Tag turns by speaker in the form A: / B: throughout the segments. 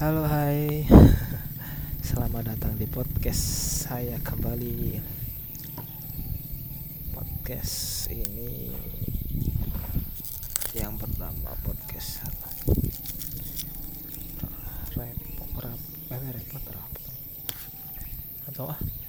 A: Halo, hai. Selamat datang di podcast saya kembali. Podcast ini yang pertama podcast repot atau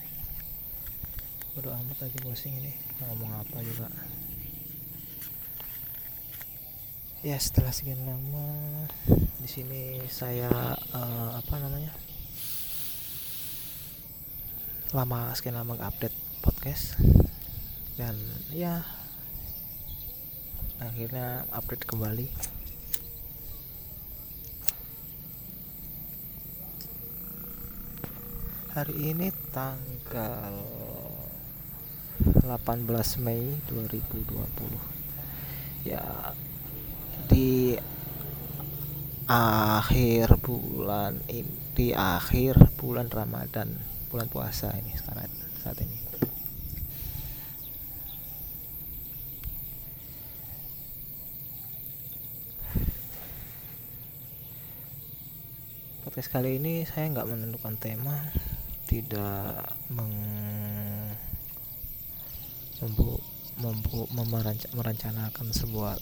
A: bodo amat lagi pusing ini ngomong apa juga. Ya, setelah sekian lama di sini saya sekian lama update podcast, dan ya akhirnya update kembali. Hari ini tanggal 18 Mei 2020. Ya, di akhir bulan Ramadan, bulan puasa ini saat ini. Podcast kali ini saya nggak menentukan tema, tidak merencanakan sebuah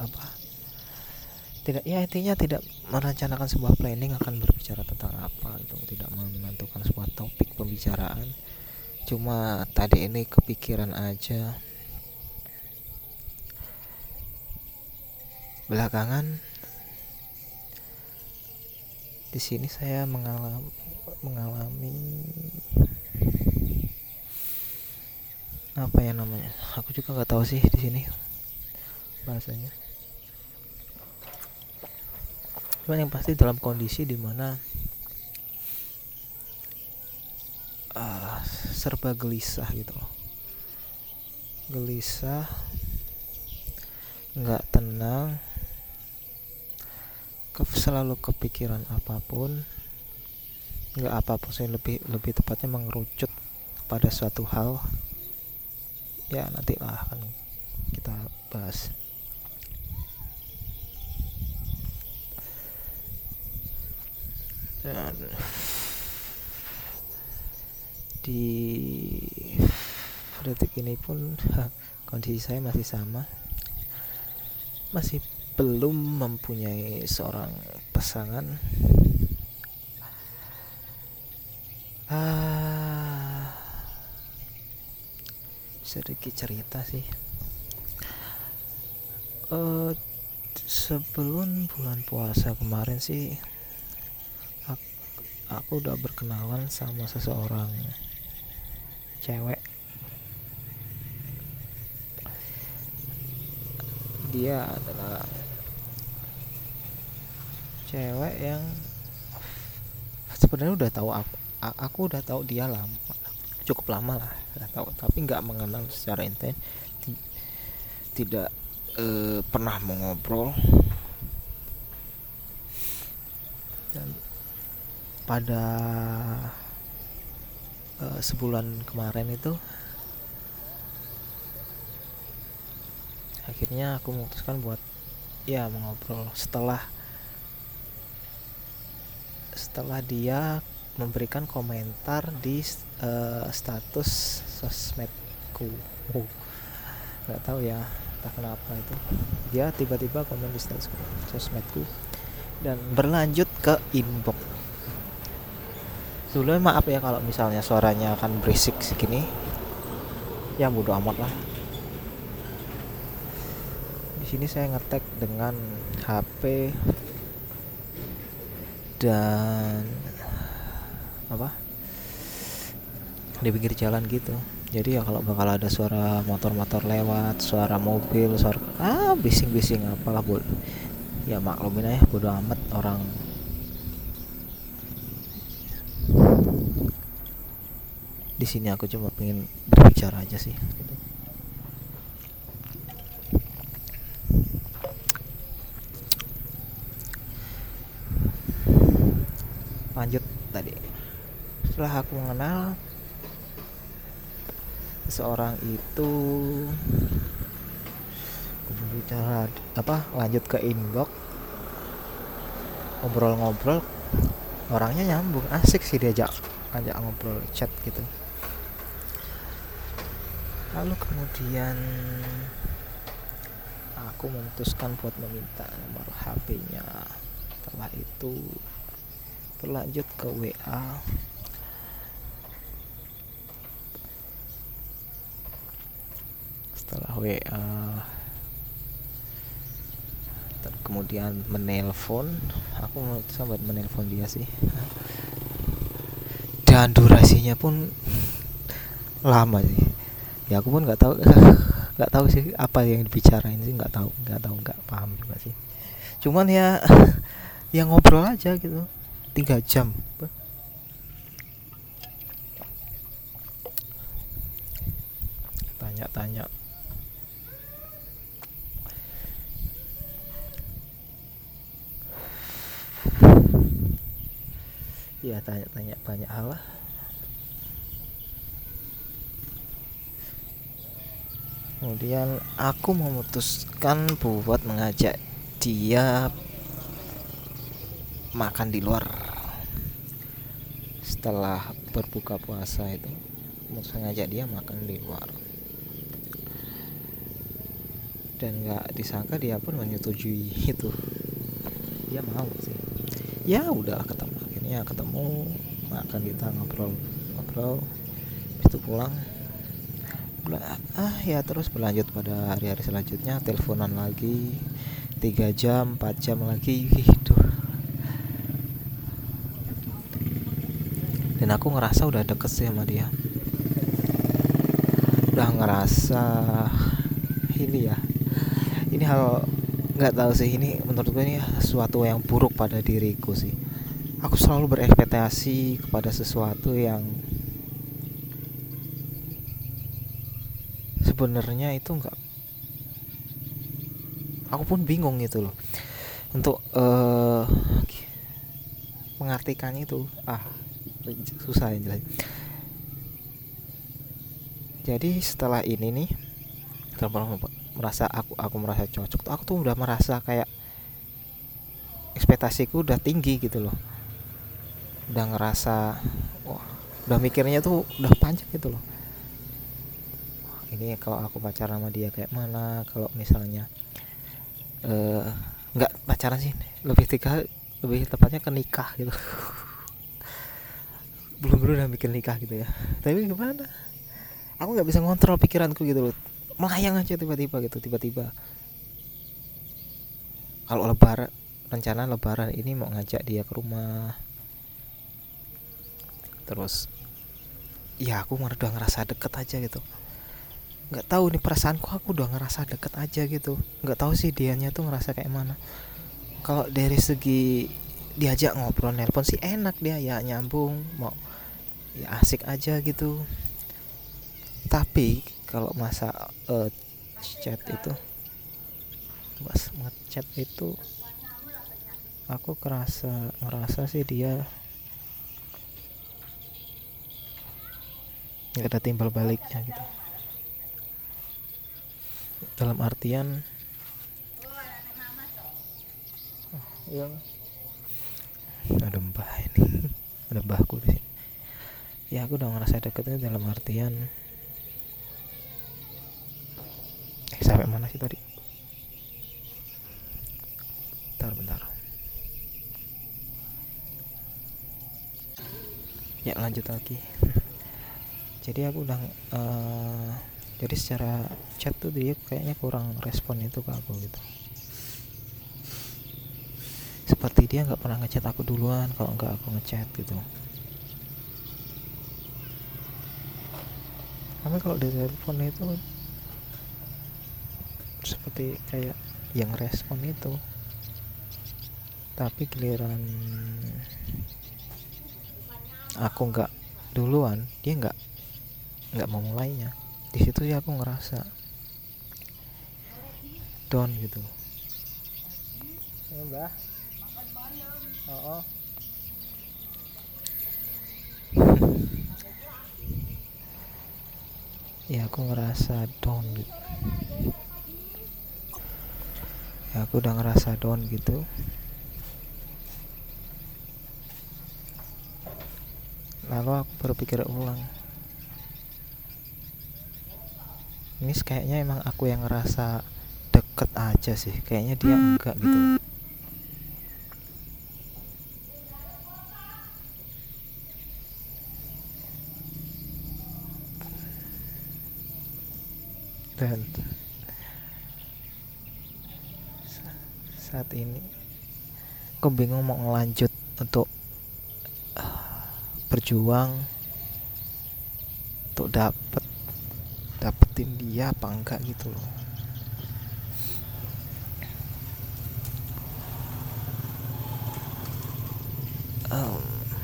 A: intinya tidak merencanakan sebuah planning akan berbicara tentang apa gitu, tidak menentukan sebuah topik pembicaraan. Cuma tadi ini kepikiran aja. Belakangan di sini saya mengalami apa ya namanya, aku juga nggak tahu sih di sini bahasanya. Cuman yang pasti dalam kondisi dimana serba gelisah gitu loh. Gelisah, nggak tenang, selalu kepikiran apapun, nggak apapun sih, lebih tepatnya mengerucut pada suatu hal. Ya nantilah akan kita bahas. Dan di detik ini pun kondisi saya masih sama, masih belum mempunyai seorang pasangan. Sedikit cerita sih. Sebelum bulan puasa kemarin sih aku udah berkenalan sama seseorang cewek. Dia adalah cewek yang sebenarnya udah tahu aku udah tahu dia cukup lama lah, udah tahu, tapi nggak mengenal secara intens, tidak pernah mengobrol. Dan pada sebulan kemarin itu akhirnya aku memutuskan buat mengobrol setelah dia memberikan komentar di status sosmedku. Nggak tahu ya, entah kenapa itu dia tiba-tiba komen di status sosmedku dan berlanjut ke inbox. Sebelumnya maaf ya kalau misalnya suaranya akan berisik segini, ya bodo amat lah. Di sini saya ngetek dengan HP dan di pinggir jalan gitu. Jadi ya kalau bakal ada suara motor-motor lewat, suara mobil, suara bising-bising apalah, ya maklumin aja, bodo amat orang. Di sini aku cuma pengen berbicara aja sih gitu. Lanjut tadi, setelah aku mengenal seseorang itu, lanjut ke inbox, ngobrol-ngobrol. orangnya nyambung, asik sih diajak ngobrol chat gitu. Lalu kemudian aku memutuskan buat meminta nomor HP-nya. Setelah itu berlanjut ke WA. Setelah WA kemudian menelpon, aku memutuskan buat menelpon dia sih, dan durasinya pun lama sih. Ya aku pun nggak tahu nggak tahu sih apa yang dibicarain sih, nggak paham juga sih. Cuman ya yang ngobrol aja gitu 3 jam. Tanya-tanya. Ya tanya-tanya banyak hal lah. Kemudian aku memutuskan buat mengajak dia makan di luar. Setelah berbuka puasa itu, memutuskan ngajak dia makan di luar. Dan nggak disangka dia pun menyetujui itu. Dia mau sih. Ya udah ketemu, akhirnya ketemu, makan, kita ngobrol itu pulang. Ya terus berlanjut pada hari-hari selanjutnya, teleponan lagi 3 jam 4 jam lagi gitu. Dan aku ngerasa udah deket sih sama dia, udah ngerasa ini hal, nggak tahu sih, ini menurut gue ini sesuatu yang buruk pada diriku sih. Aku selalu berekspektasi kepada sesuatu yang sebenarnya itu enggak. Aku pun bingung gitu loh untuk mengartikannya itu. Susah yang jelas. Jadi setelah ini nih, merasa aku merasa cocok tuh, aku tuh udah merasa kayak ekspektasiku udah tinggi gitu loh. Udah ngerasa udah mikirnya tuh udah panjang gitu loh. Ini kalau aku pacaran sama dia kayak mana, kalau misalnya nggak pacaran sih, lebih tepatnya ke nikah gitu. Belum udah mikir nikah gitu ya, tapi gimana, aku nggak bisa ngontrol pikiranku gitu loh, melayang aja tiba-tiba kalau rencana lebaran ini mau ngajak dia ke rumah. Terus ya aku udah ngerasa deket aja gitu, nggak tahu nih perasaanku, aku udah ngerasa deket aja gitu. Nggak tahu sih dianya tuh ngerasa kayak mana. Kalau dari segi diajak ngobrol nelpon sih enak, dia ya nyambung, mau ya asik aja gitu. Tapi kalau masa chat itu, pas ngechat itu, aku ngerasa sih dia nggak ada timbal baliknya gitu. Dalam artian ya, ada mbah ini ada mbahku di sini. Ya aku udah ngerasa deketnya dalam artian sampai mana sih tadi? Bentar. Ya lanjut lagi. Jadi aku udah jadi secara chat tuh dia kayaknya kurang respon itu ke aku gitu. Seperti dia nggak pernah ngechat aku duluan kalau nggak aku ngechat gitu. Tapi kalau di telepon itu seperti kayak yang respon itu, tapi giliran aku nggak duluan, dia nggak mau mulainya. Di situ sih aku ngerasa down gitu. Ya mbah. Oh. Ya aku ngerasa down gitu. Ya aku udah ngerasa down gitu. Lalu aku berpikir ulang, ini kayaknya emang aku yang ngerasa deket aja sih, kayaknya dia enggak gitu loh. Dan saat ini aku bingung mau ngelanjut untuk berjuang untuk dapetin dia apa enggak gitu loh. um,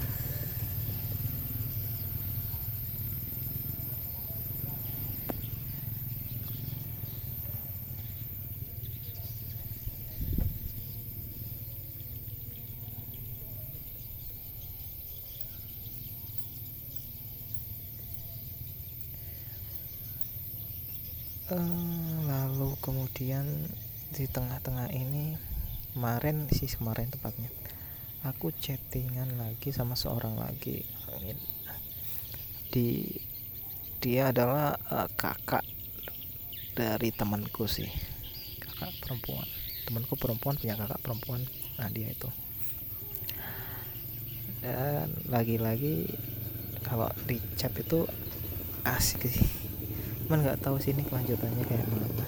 A: Lalu kemudian di tengah-tengah ini kemarin tepatnya aku chattingan lagi sama seorang lagi. Dia adalah kakak dari temanku sih, kakak perempuan. Temanku perempuan punya kakak perempuan, nah dia itu. Dan lagi-lagi kalau di chat itu asik sih, cuman nggak tahu sih ini kelanjutannya kayak mana.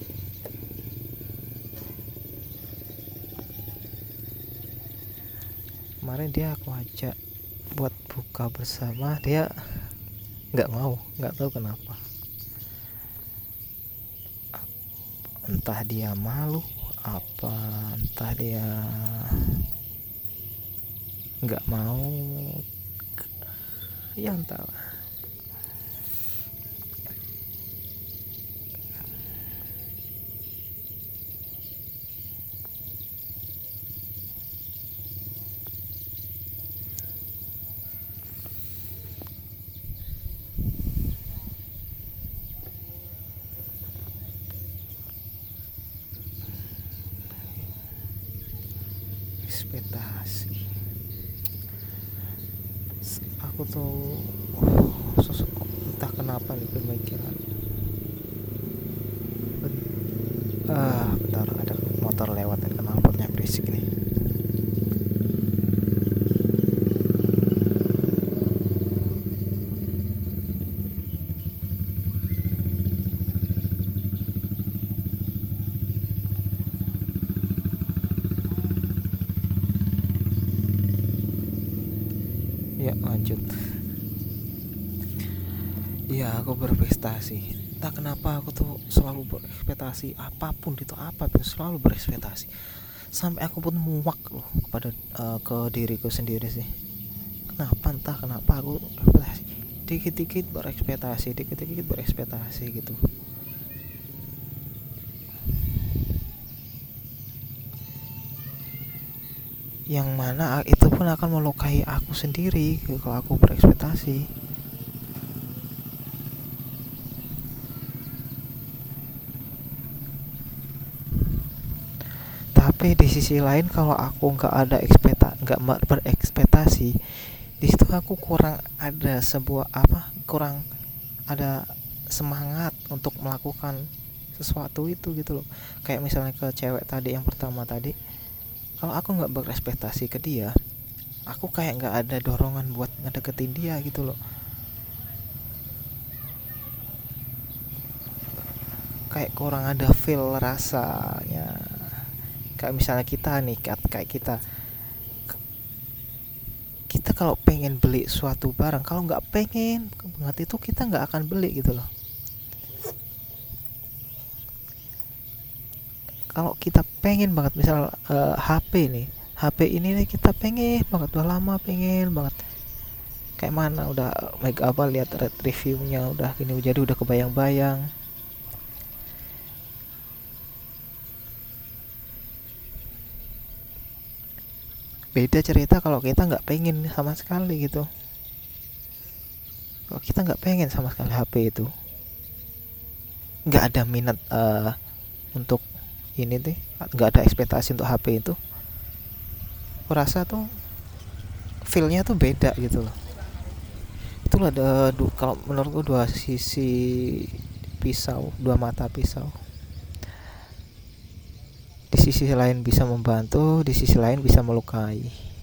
A: Kemarin dia aku ajak buat buka bersama, dia nggak mau, nggak tahu kenapa, entah dia malu apa, entah dia nggak mau, ya entahlah. Ekspektasi aku tuh sosok, entah kenapa nih pemikiran. Bentar, ada motor lewat dan knalpotnya berisik nih. Ya lanjut. Ya aku berprestasi, entah kenapa aku tuh selalu berekspektasi apapun itu, apapun selalu berekspektasi, sampai aku pun muak loh kepada ke diriku sendiri sih. Entah kenapa aku ekspektasi, dikit-dikit berekspektasi gitu. Yang mana itu pun akan melukai aku sendiri kalau aku berekspektasi. Tapi di sisi lain kalau aku nggak berekspektasi, di situ aku kurang ada semangat untuk melakukan sesuatu itu gitu loh. Kayak misalnya ke cewek tadi yang pertama tadi, kalau aku nggak berekspektasi ke dia, aku kayak nggak ada dorongan buat ngedeketin dia gitu loh. Kayak kurang ada feel rasanya. Kayak misalnya kita nih, kayak kita kalau pengen beli suatu barang, kalau nggak pengen banget itu kita nggak akan beli gitu loh. Kalau kita pengen banget, misal HP nih, HP ini nih kita pengen banget, udah lama pengen banget, kayak mana udah make apa, lihat reviewnya udah gini, jadi udah kebayang-bayang. Beda cerita kalau kita nggak pengen sama sekali gitu. Kalau kita nggak pengen sama sekali HP itu, nggak ada minat untuk ini tuh, nggak ada ekspektasi untuk HP itu, aku rasa tuh feelnya tuh beda gitu loh. itulah ada kalau menurutku dua sisi pisau, dua mata pisau. Di sisi lain bisa membantu, di sisi lain bisa melukai.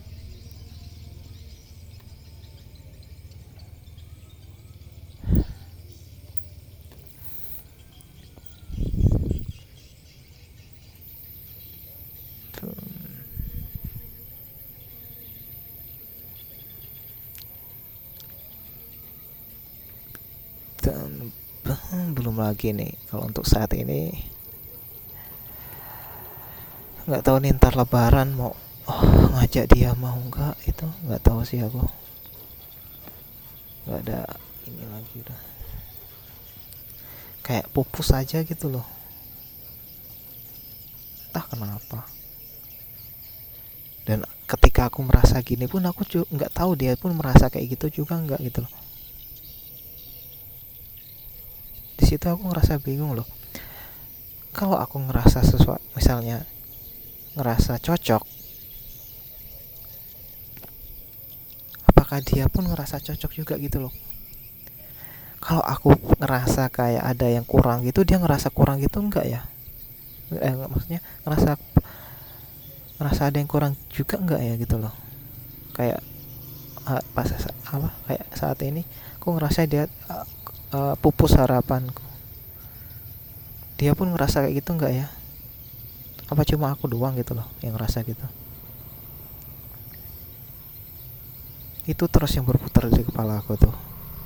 A: Dan belum lagi nih kalau untuk saat ini, nggak tahu nih ntar lebaran mau ngajak dia mau nggak, itu nggak tahu sih aku. Nggak ada ini lagi, udah kayak pupus aja gitu loh, entah kenapa. Dan ketika aku merasa gini pun aku juga nggak tahu dia pun merasa kayak gitu juga nggak gitu loh. Di situ aku ngerasa bingung loh. Kalau aku ngerasa sesuatu, misalnya ngerasa cocok, apakah dia pun ngerasa cocok juga gitu loh. Kalau aku ngerasa kayak ada yang kurang gitu, dia ngerasa kurang gitu enggak ya? Maksudnya ngerasa ngerasa ada yang kurang juga enggak ya gitu loh. Kayak pas apa kayak saat ini aku ngerasa dia pupus harapanku. Dia pun ngerasa kayak gitu enggak ya? Apa cuma aku doang gitu loh yang ngerasa gitu? Itu terus yang berputar di kepala aku tuh.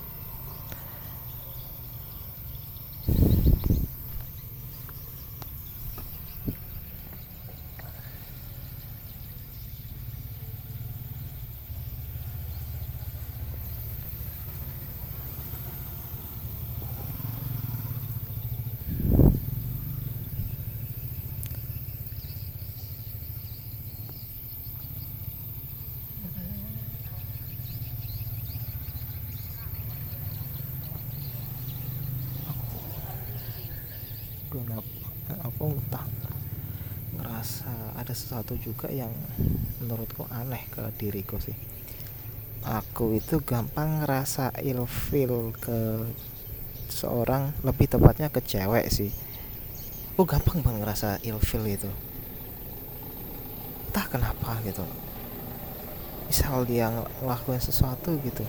A: Aku entah ngerasa ada sesuatu juga yang menurutku aneh ke diriku sih. Aku itu gampang ngerasa ilfeel ke seorang, lebih tepatnya ke cewek sih. Aku gampang banget ngerasa ilfeel itu, entah kenapa gitu. Misal dia ngelakuin sesuatu gitu,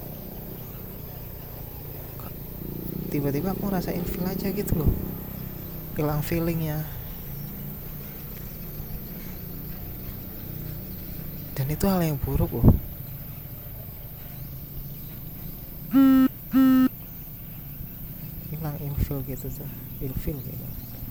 A: tiba-tiba aku ngerasa ilfeel aja gitu loh, hilang feelingnya. Dan itu hal yang buruk loh, hilang ilfeel gitu tuh, ilfeel gitu.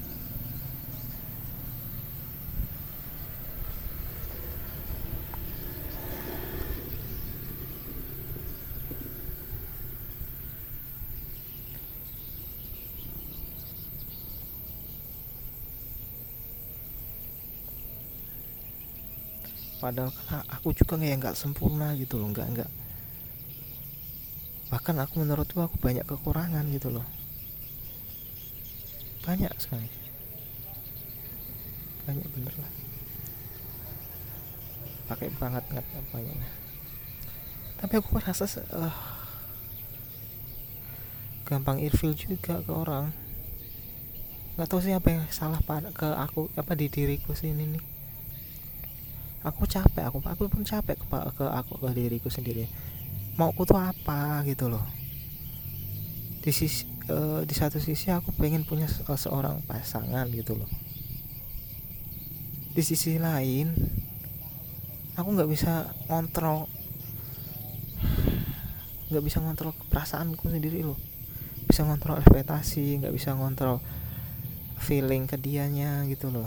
A: Padahal kan aku juga nggak sempurna gitu loh, nggak, bahkan aku menurutku aku banyak kekurangan gitu loh, banyak sekali, banyak bener lah, pakai banget nggak banyak. Tapi aku merasa gampang ilfeel juga ke orang. Nggak tahu sih apa yang salah pada ke aku, apa di diriku sini nih. Aku capek, aku pun capek ke diriku sendiri. Mauku tuh apa gitu loh. Di satu sisi aku pengen punya seorang pasangan gitu loh. Di sisi lain aku nggak bisa ngontrol perasaanku sendiri loh. Bisa ngontrol ekspektasi, nggak bisa ngontrol feeling ke dianya gitu loh.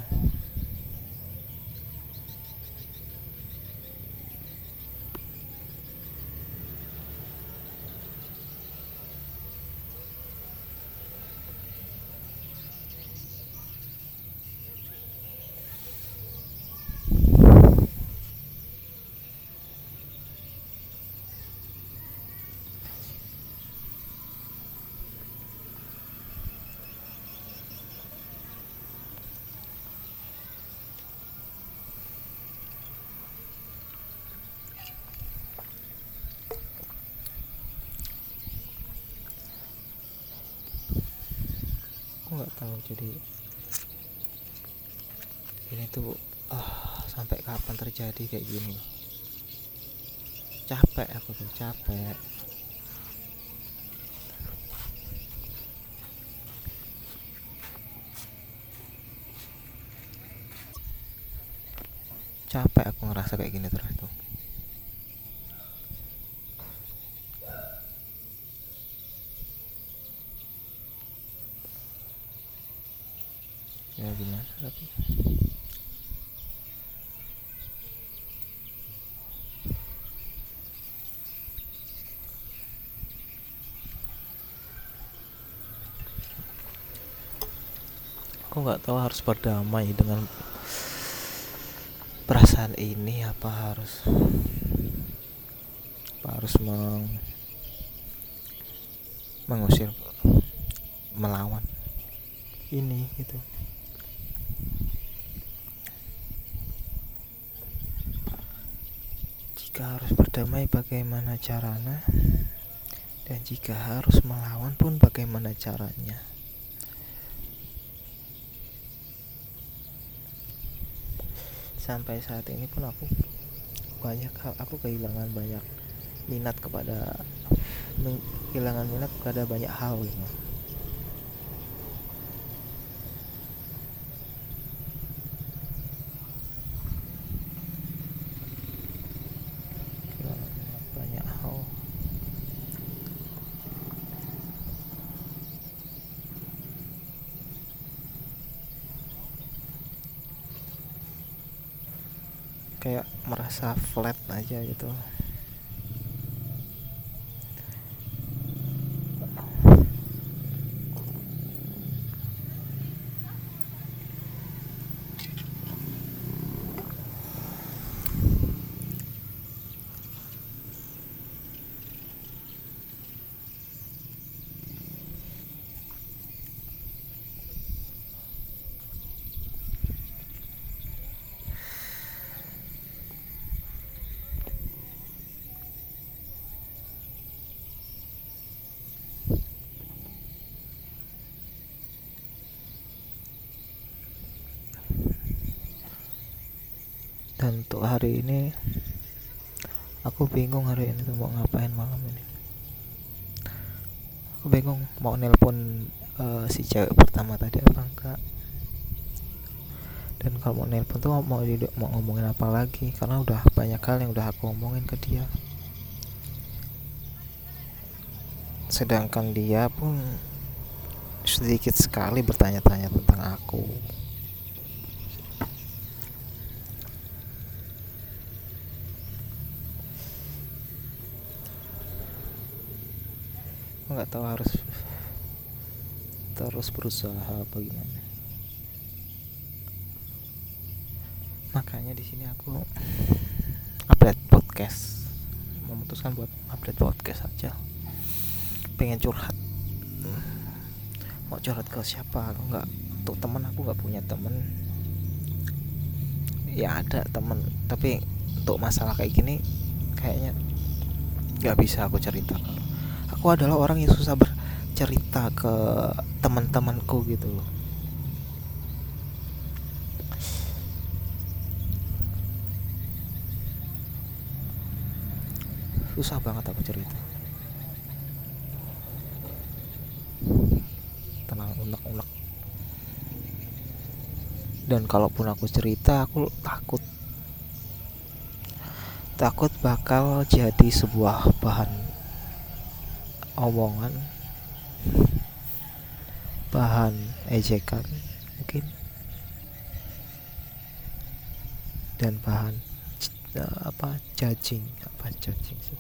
A: nggak tahu. Jadi ini tuh sampai kapan terjadi kayak gini. Capek aku tuh, capek. Capek aku ngerasa kayak gini terus tuh. Ya gimana tapi aku nggak tahu harus berdamai dengan perasaan ini apa harus mengusir, melawan ini gitu. Jika harus berdamai bagaimana caranya, dan jika harus melawan pun bagaimana caranya. Sampai saat ini pun aku kehilangan banyak minat kepada banyak hal gitu. Banyak hal. Kayak merasa flat aja gitu. Dan untuk hari ini aku bingung hari ini tuh mau ngapain malam ini. Aku bingung mau nelpon si cewek pertama tadi apa enggak. Dan kalau mau nelpon tuh mau ngomongin apa lagi, karena udah banyak hal yang udah aku ngomongin ke dia. Sedangkan dia pun sedikit sekali bertanya-tanya tentang aku. Nggak tahu harus terus berusaha apa gimana. Makanya di sini aku update podcast, memutuskan buat update podcast aja. Pengen curhat, mau curhat ke siapa? Nggak, untuk temen aku nggak punya temen. Ya ada temen, tapi untuk masalah kayak gini kayaknya nggak bisa aku cerita. Aku adalah orang yang susah bercerita ke teman-temanku gitu loh. Susah banget aku cerita. Tenang, unek-unek. Dan kalaupun aku cerita, aku takut bakal jadi sebuah bahan omongan, bahan ejekan mungkin, dan bahan judging sih.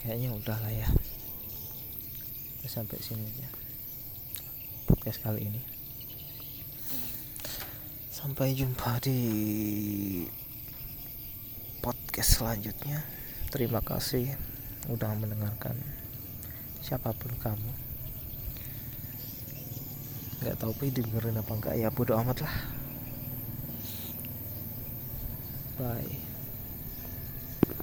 A: kayaknya udah lah ya. Sampai sini aja podcast kali ini. Sampai jumpa di podcast selanjutnya. Terima kasih udah mendengarkan, siapapun kamu. Nggak tahu dengerin apa enggak ya, bodo amat lah. Bye.